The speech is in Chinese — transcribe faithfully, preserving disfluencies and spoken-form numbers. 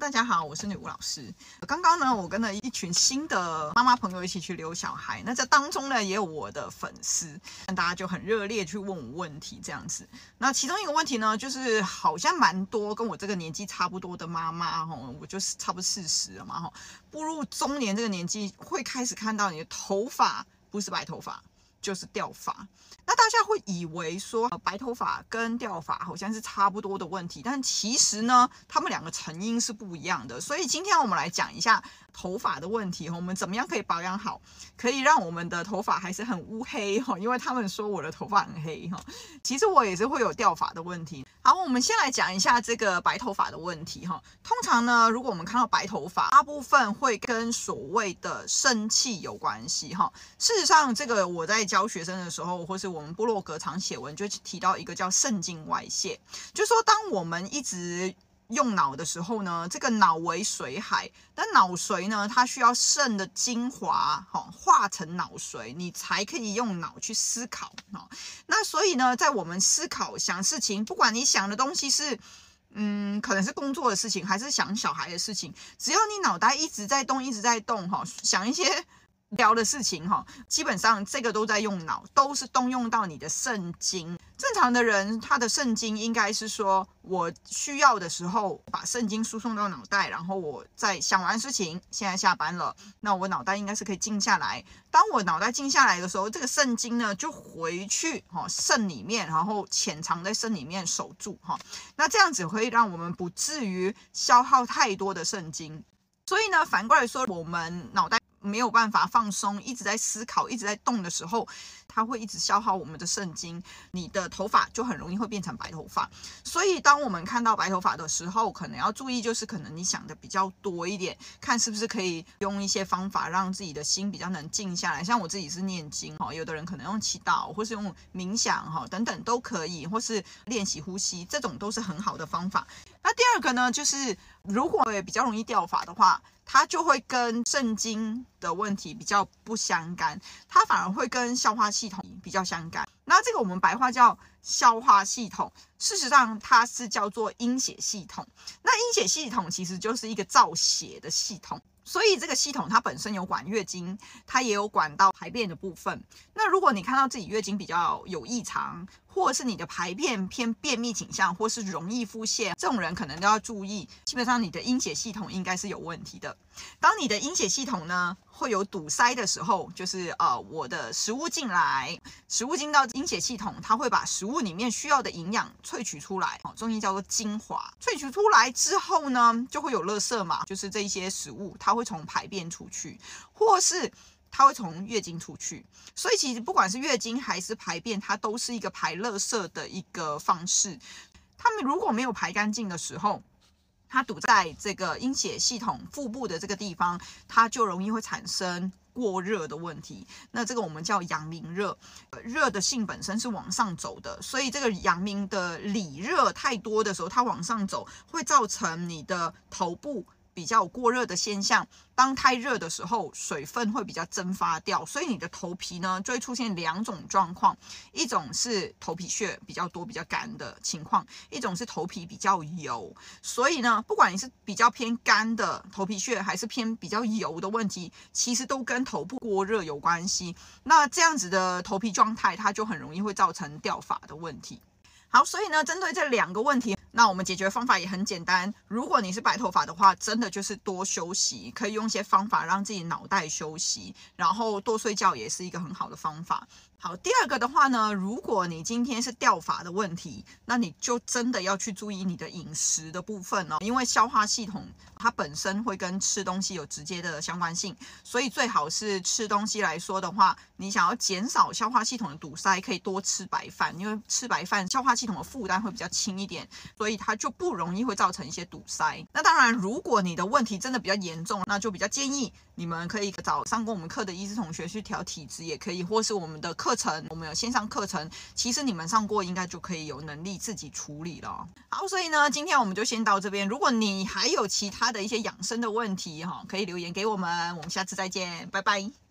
大家好，我是女巫老师。刚刚呢，我跟了一群新的妈妈朋友一起去遛小孩，那这当中呢，也有我的粉丝，大家就很热烈去问我问题这样子。那其中一个问题呢，就是好像蛮多跟我这个年纪差不多的妈妈哈，我就是差不多四十了嘛哈，步入中年这个年纪，会开始看到你的头发不是白头发，就是掉发。那大家会以为说白头发跟掉发好像是差不多的问题，但其实呢，它们两个成因是不一样的。所以今天我们来讲一下头发的问题，我们怎么样可以保养好，可以让我们的头发还是很乌黑哈，因为他们说我的头发很黑哈，其实我也是会有掉发的问题。好，我们先来讲一下这个白头发的问题哈。通常呢，如果我们看到白头发，大部分会跟所谓的肾气有关系哈。事实上，这个我在教学生的时候，或是我们部落格常写文就提到一个叫肾精外泄，就是说当我们一直用脑的时候呢，这个脑为水海，但脑髓呢，它需要肾的精华哈化成脑髓，你才可以用脑去思考哈。那所以呢，在我们思考想事情，不管你想的东西是嗯，可能是工作的事情，还是想小孩的事情，只要你脑袋一直在动，一直在动哈，想一些聊的事情哈，基本上这个都在用脑，都是动用到你的肾精。正常的人，他的肾精应该是说，我需要的时候把肾精输送到脑袋，然后我在想完事情，现在下班了，那我脑袋应该是可以静下来。当我脑袋静下来的时候，这个肾精呢就回去哈肾里面，然后潜藏在肾里面守住哈。那这样子会让我们不至于消耗太多的肾精。所以呢，反过来说，我们脑袋没有办法放松，一直在思考，一直在动的时候，它会一直消耗我们的肾精，你的头发就很容易会变成白头发。所以当我们看到白头发的时候，可能要注意，就是可能你想的比较多一点，看是不是可以用一些方法让自己的心比较能静下来。像我自己是念经哈，有的人可能用祈祷，或是用冥想哈等等都可以，或是练习呼吸，这种都是很好的方法。那第二个呢，就是如果比较容易掉发的话，它就会跟肾精的问题比较不相干，它反而会跟消化系统比较相干。那这个我们白话叫消化系统，事实上它是叫做阴血系统。那阴血系统其实就是一个造血的系统。所以这个系统它本身有管月经，它也有管到排便的部分。那如果你看到自己月经比较有异常，或是你的排便偏便秘倾向，或是容易腹泻，这种人可能都要注意，基本上你的阴血系统应该是有问题的。当你的阴血系统呢会有堵塞的时候，就是呃我的食物进来，食物进到阴血系统，它会把食物里面需要的营养萃取出来，哦，中医叫做精华。萃取出来之后呢，就会有垃圾嘛，就是这一些食物，它会从排便出去，或是它会从月经出去。所以其实不管是月经还是排便，它都是一个排垃圾的一个方式。它们如果没有排干净的时候，它堵在这个阴血系统腹部的这个地方，它就容易会产生过热的问题。那这个我们叫阳明热，热的性本身是往上走的，所以这个阳明的里热太多的时候，它往上走会造成你的头部比较有过热的现象。当太热的时候，水分会比较蒸发掉，所以你的头皮呢就会出现两种状况，一种是头皮屑比较多比较干的情况，一种是头皮比较油。所以呢，不管你是比较偏干的头皮屑，还是偏比较油的问题，其实都跟头部过热有关系。那这样子的头皮状态，它就很容易会造成掉发的问题。好，所以呢，针对这两个问题，那我们解决方法也很简单。如果你是白头发的话，真的就是多休息，可以用一些方法让自己脑袋休息，然后多睡觉也是一个很好的方法。好，第二个的话呢，如果你今天是掉发的问题，那你就真的要去注意你的饮食的部分哦，因为消化系统它本身会跟吃东西有直接的相关性，所以最好是吃东西来说的话，你想要减少消化系统的堵塞，可以多吃白饭，因为吃白饭消化系统的负担会比较轻一点，所以它就不容易会造成一些堵塞。那当然，如果你的问题真的比较严重，那就比较建议你们可以找上过我们课的医师同学去调体质也可以，或是我们的课程，我们有线上课程，其实你们上过应该就可以有能力自己处理了。好，所以呢，今天我们就先到这边。如果你还有其他的一些养生的问题哈，可以留言给我们，我们下次再见，拜拜。